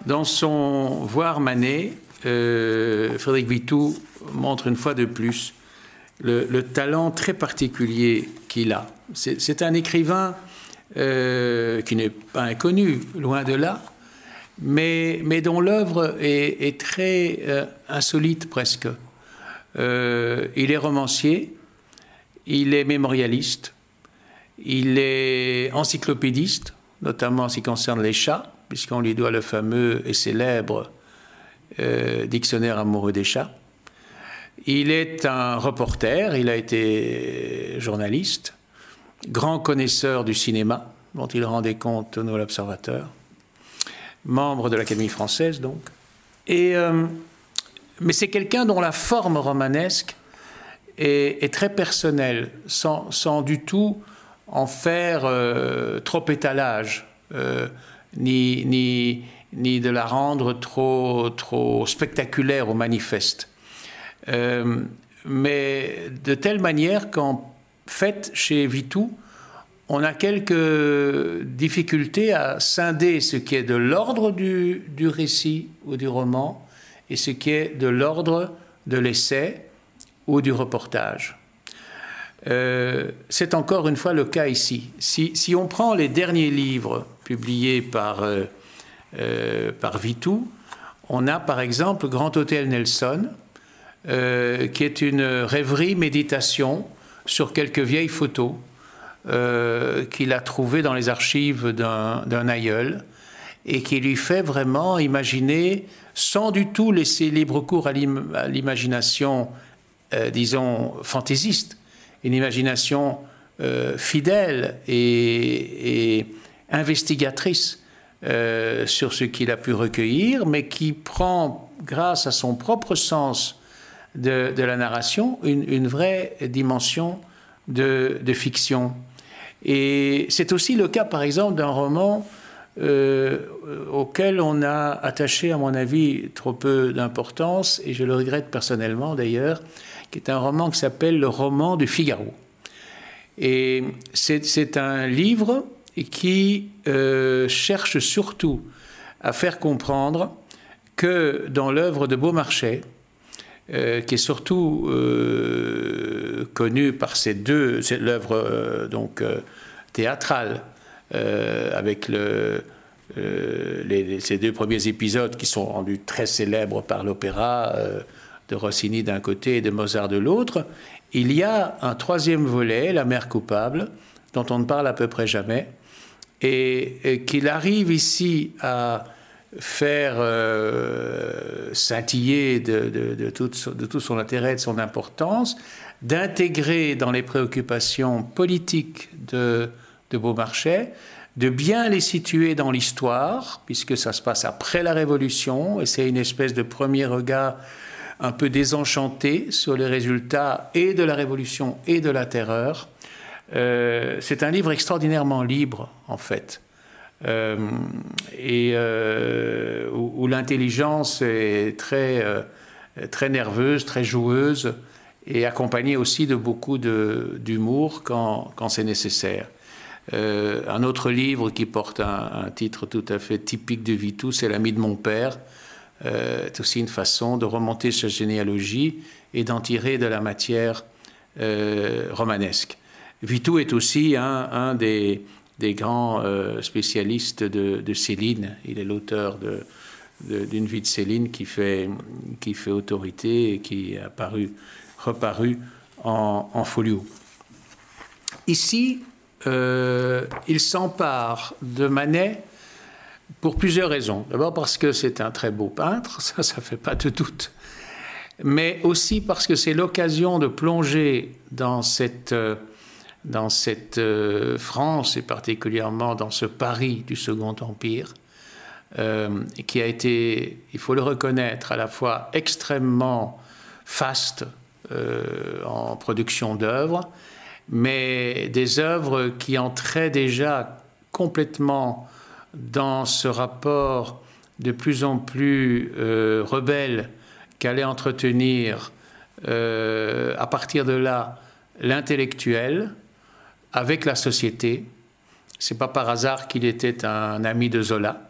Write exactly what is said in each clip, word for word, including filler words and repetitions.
Dans son Voir Manet, euh, Frédéric Vitoux montre une fois de plus le, le talent très particulier qu'il a. C'est, c'est un écrivain euh, qui n'est pas inconnu, loin de là, mais, mais dont l'œuvre est, est très euh, insolite presque. Euh, il est romancier, il est mémorialiste, il est encyclopédiste, notamment en ce qui concerne les chats, puisqu'on lui doit le fameux et célèbre euh, dictionnaire amoureux des chats. Il est un reporter, il a été journaliste, grand connaisseur du cinéma, dont il rendait compte au Nouvel Observateur, membre de l'Académie française donc. Et, euh, mais c'est quelqu'un dont la forme romanesque est, est très personnelle, sans, sans du tout en faire euh, trop étalage, euh, ni, ni, ni de la rendre trop, trop spectaculaire ou manifeste. Euh, mais de telle manière qu'en fait, chez Vitoux, on a quelques difficultés à scinder ce qui est de l'ordre du, du récit ou du roman et ce qui est de l'ordre de l'essai ou du reportage. Euh, c'est encore une fois le cas ici. Si, si on prend les derniers livres publiés par, euh, euh, par Vitoux, on a par exemple Grand Hôtel Nelson, euh, qui est une rêverie méditation sur quelques vieilles photos euh, qu'il a trouvées dans les archives d'un, d'un aïeul et qui lui fait vraiment imaginer, sans du tout laisser libre cours à, l'im, à l'imagination, euh, disons, fantaisiste, une imagination euh, fidèle et, et investigatrice euh, sur ce qu'il a pu recueillir, mais qui prend, grâce à son propre sens de, de la narration, une, une vraie dimension de, de fiction. Et c'est aussi le cas, par exemple, d'un roman euh, auquel on a attaché, à mon avis, trop peu d'importance, et je le regrette personnellement d'ailleurs, qui est un roman qui s'appelle Le roman du Figaro. Et c'est, c'est un livre qui euh, cherche surtout à faire comprendre que dans l'œuvre de Beaumarchais, euh, qui est surtout euh, connue par ces deux, c'est l'œuvre euh, donc euh, théâtrale, euh, avec le, euh, les, ces deux premiers épisodes qui sont rendus très célèbres par l'opéra euh, de Rossini d'un côté et de Mozart de l'autre. Il y a un troisième volet, La mère coupable, dont on ne parle à peu près jamais, et, et qu'il arrive ici à faire euh, scintiller de, de, de, tout, de tout son intérêt, de son importance, d'intégrer dans les préoccupations politiques de, de Beaumarchais, de bien les situer dans l'histoire, puisque ça se passe après la Révolution, et c'est une espèce de premier regard un peu désenchanté sur les résultats et de la Révolution et de la Terreur. Euh, c'est un livre extraordinairement libre, en fait, euh, et euh, où, où l'intelligence est très, euh, très nerveuse, très joueuse, et accompagnée aussi de beaucoup de, d'humour quand, quand c'est nécessaire. Euh, un autre livre qui porte un, un titre tout à fait typique de Vitoux, c'est L'ami de mon père. Euh, c'est aussi une façon de remonter sa généalogie et d'en tirer de la matière euh, romanesque. Vitoux est aussi un, un des, des grands euh, spécialistes de, de Céline. Il est l'auteur de, de, d'une vie de Céline qui fait, qui fait autorité et qui est apparu, reparu en, en folio. Ici, euh, il s'empare de Manet pour plusieurs raisons. D'abord parce que c'est un très beau peintre, ça, ça ne fait pas de doute. Mais aussi parce que c'est l'occasion de plonger dans cette, dans cette France, et particulièrement dans ce Paris du Second Empire, euh, qui a été, il faut le reconnaître, à la fois extrêmement faste euh, en production d'œuvres, mais des œuvres qui entraient déjà complètement dans ce rapport de plus en plus euh, rebelle qu'allait entretenir euh, à partir de là l'intellectuel avec la société. C'est pas par hasard qu'il était un ami de Zola,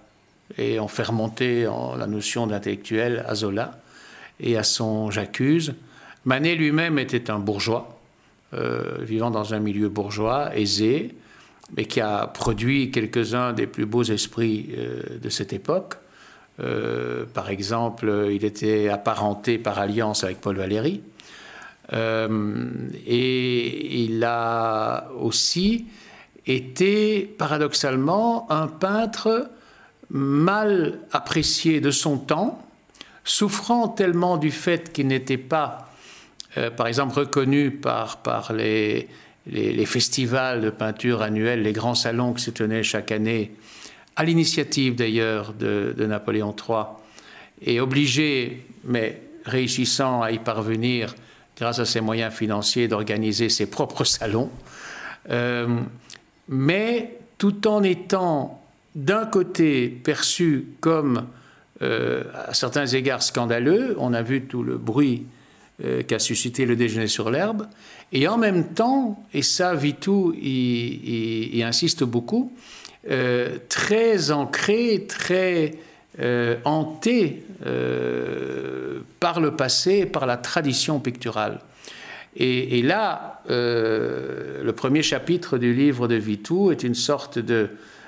et on fait remonter en, la notion d'intellectuel à Zola et à son J'accuse. Manet lui-même était un bourgeois, euh, vivant dans un milieu bourgeois, aisé, mais qui a produit quelques-uns des plus beaux esprits euh, de cette époque. Euh, par exemple, il était apparenté par alliance avec Paul Valéry. Euh, et il a aussi été, paradoxalement, un peintre mal apprécié de son temps, souffrant tellement du fait qu'il n'était pas, euh, par exemple, reconnu par, par les, les, les festivals de peinture annuels, les grands salons qui se tenaient chaque année, à l'initiative d'ailleurs de, de Napoléon trois, et obligé, mais réussissant à y parvenir grâce à ses moyens financiers, d'organiser ses propres salons, euh, mais tout en étant d'un côté perçu comme euh, à certains égards scandaleux, on a vu tout le bruit euh, qu'a suscité le déjeuner sur l'herbe, et en même temps, et ça Vitou y, y, y insiste beaucoup, Euh, très ancré, très euh, hanté euh, par le passé, par la tradition picturale. Et, et là, euh, le premier chapitre du livre de Vitou est une sorte de,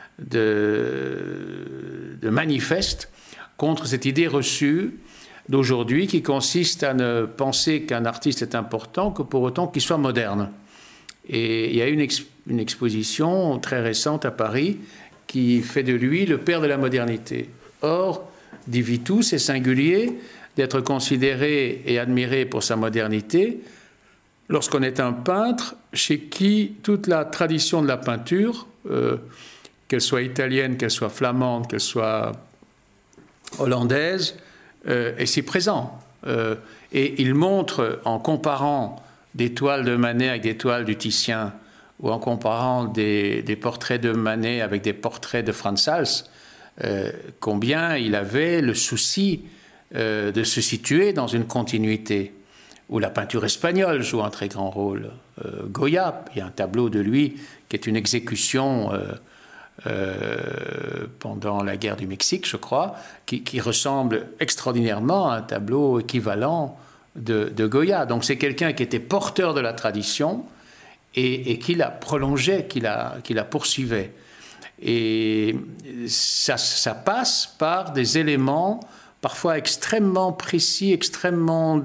de, de manifeste contre cette idée reçue d'aujourd'hui qui consiste à ne penser qu'un artiste est important que pour autant qu'il soit moderne. Et il y a une, ex, une exposition très récente à Paris qui fait de lui le père de la modernité. Or, dit Vitou, c'est singulier d'être considéré et admiré pour sa modernité lorsqu'on est un peintre chez qui toute la tradition de la peinture, euh, qu'elle soit italienne, qu'elle soit flamande, qu'elle soit hollandaise, euh, est si présent. Euh, et il montre, en comparant des toiles de Manet avec des toiles du Titien, ou en comparant des, des portraits de Manet avec des portraits de Frans Hals, euh, combien il avait le souci euh, de se situer dans une continuité, où la peinture espagnole joue un très grand rôle. Euh, Goya, il y a un tableau de lui qui est une exécution euh, euh, pendant la guerre du Mexique, je crois, qui, qui ressemble extraordinairement à un tableau équivalent De, de Goya. Donc c'est quelqu'un qui était porteur de la tradition et, et qui la prolongeait, qui la, qui la poursuivait. Et ça, ça passe par des éléments parfois extrêmement précis, extrêmement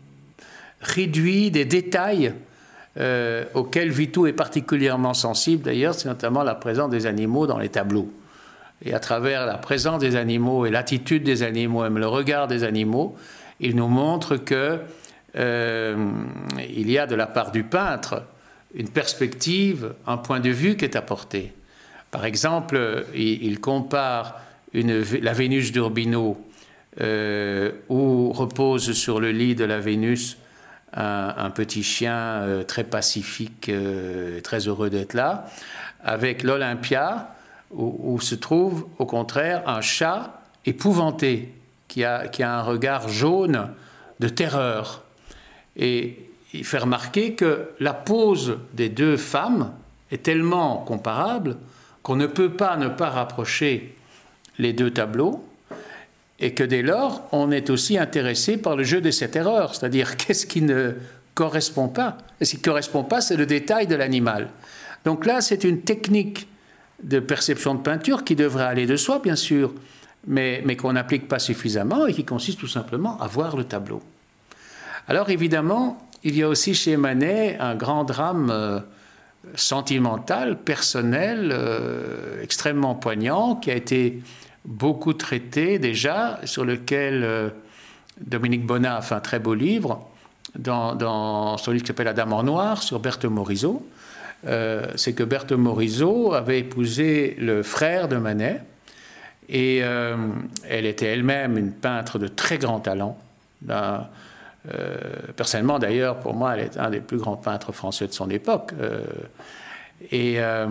réduits, des détails euh, auxquels Vitou est particulièrement sensible. D'ailleurs, c'est notamment la présence des animaux dans les tableaux. Et à travers la présence des animaux et l'attitude des animaux, même le regard des animaux, il nous montre que euh, il y a de la part du peintre une perspective, un point de vue qui est apporté. Par exemple, il, il compare une, la Vénus d'Urbino, euh, où repose sur le lit de la Vénus un, un petit chien euh, très pacifique, euh, très heureux d'être là, avec l'Olympia, où, où se trouve au contraire un chat épouvanté, Qui a, qui a un regard jaune de terreur. Et il fait remarquer que la pose des deux femmes est tellement comparable qu'on ne peut pas ne pas rapprocher les deux tableaux et que dès lors, on est aussi intéressé par le jeu de cette erreur, c'est-à-dire qu'est-ce qui ne correspond pas. Et ce qui ne correspond pas, c'est le détail de l'animal. Donc là, c'est une technique de perception de peinture qui devrait aller de soi, bien sûr, mais, mais qu'on n'applique pas suffisamment et qui consiste tout simplement à voir le tableau. Alors évidemment, il y a aussi chez Manet un grand drame euh, sentimental, personnel, euh, extrêmement poignant, qui a été beaucoup traité déjà, sur lequel euh, Dominique Bonnat a fait un très beau livre, dans, dans son livre qui s'appelle « La Dame en noir » sur Berthe Morisot. Euh, c'est que Berthe Morisot avait épousé le frère de Manet, et euh, elle était elle-même une peintre de très grand talent. D'un, euh, personnellement, d'ailleurs, pour moi, elle est un des plus grands peintres français de son époque. Euh, et euh,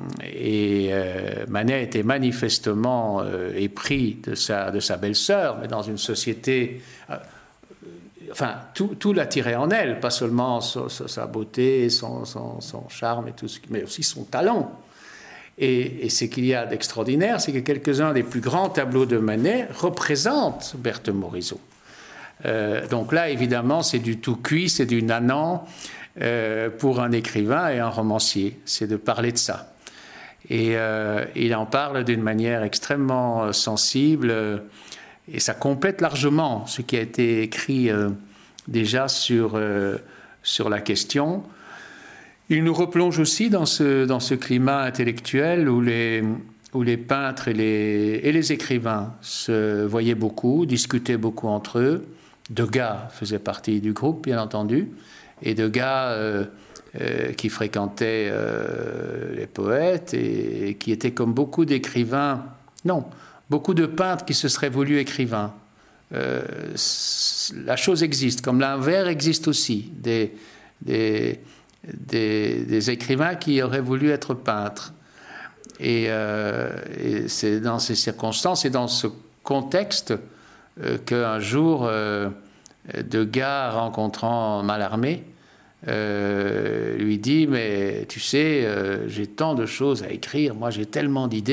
et euh, Manet était manifestement euh, épris de sa, de sa belle-sœur, mais dans une société... Euh, enfin, tout, tout l'attirait en elle, pas seulement sa, sa beauté, son, son, son charme, et tout ce, mais aussi son talent. Et, et ce qu'il y a d'extraordinaire, c'est que quelques-uns des plus grands tableaux de Manet représentent Berthe Morisot. Euh, donc là, évidemment, c'est du tout cuit, c'est du nanan euh, pour un écrivain et un romancier. C'est de parler de ça. Et euh, il en parle d'une manière extrêmement sensible euh, et ça complète largement ce qui a été écrit euh, déjà sur, euh, sur la question. Il nous replonge aussi dans ce, dans ce climat intellectuel où les, où les peintres et les, et les écrivains se voyaient beaucoup, discutaient beaucoup entre eux. Degas faisait partie du groupe, bien entendu, et Degas euh, euh, qui fréquentait euh, les poètes et, et qui était comme beaucoup d'écrivains, non, beaucoup de peintres qui se seraient voulus écrivains. Euh, la chose existe, comme l'inverse existe aussi, des... des Des, des écrivains qui auraient voulu être peintres. Et, euh, et c'est dans ces circonstances et dans ce contexte euh, qu'un jour, euh, Degas, rencontrant Mallarmé, euh, lui dit « Mais tu sais, euh, j'ai tant de choses à écrire, moi j'ai tellement d'idées. »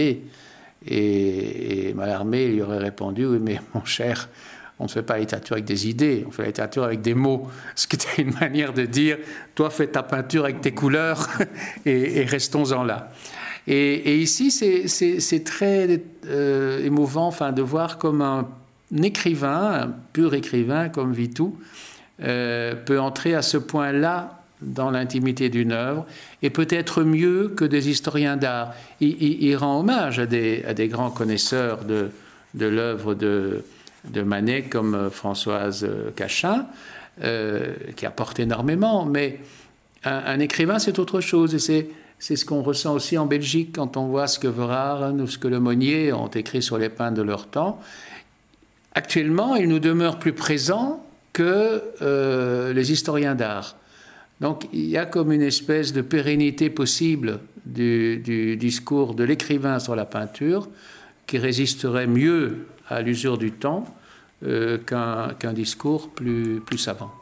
Et, et Mallarmé lui aurait répondu « Oui, mais mon cher, on ne fait pas la littérature avec des idées, on fait la littérature avec des mots. » Ce qui était une manière de dire, toi fais ta peinture avec tes couleurs et, et restons-en là. Et, et ici, c'est très euh, émouvant enfin, de voir comme un, un écrivain, un pur écrivain comme Vitou, euh, peut entrer à ce point-là dans l'intimité d'une œuvre et peut-être mieux que des historiens d'art. Il, il, il rend hommage à des, à des grands connaisseurs de, de l'œuvre de... de Manet comme Françoise Cachin, euh, qui apporte énormément. Mais un, un écrivain, c'est autre chose. Et c'est ce qu'on ressent aussi en Belgique quand on voit ce que Verhaeren ou ce que Lemonnier ont écrit sur les peintres de leur temps. Actuellement, ils nous demeurent plus présents que euh, les historiens d'art. Donc il y a comme une espèce de pérennité possible du, du discours de l'écrivain sur la peinture qui résisterait mieux à l'usure du temps euh, qu'un qu'un discours plus, plus savant.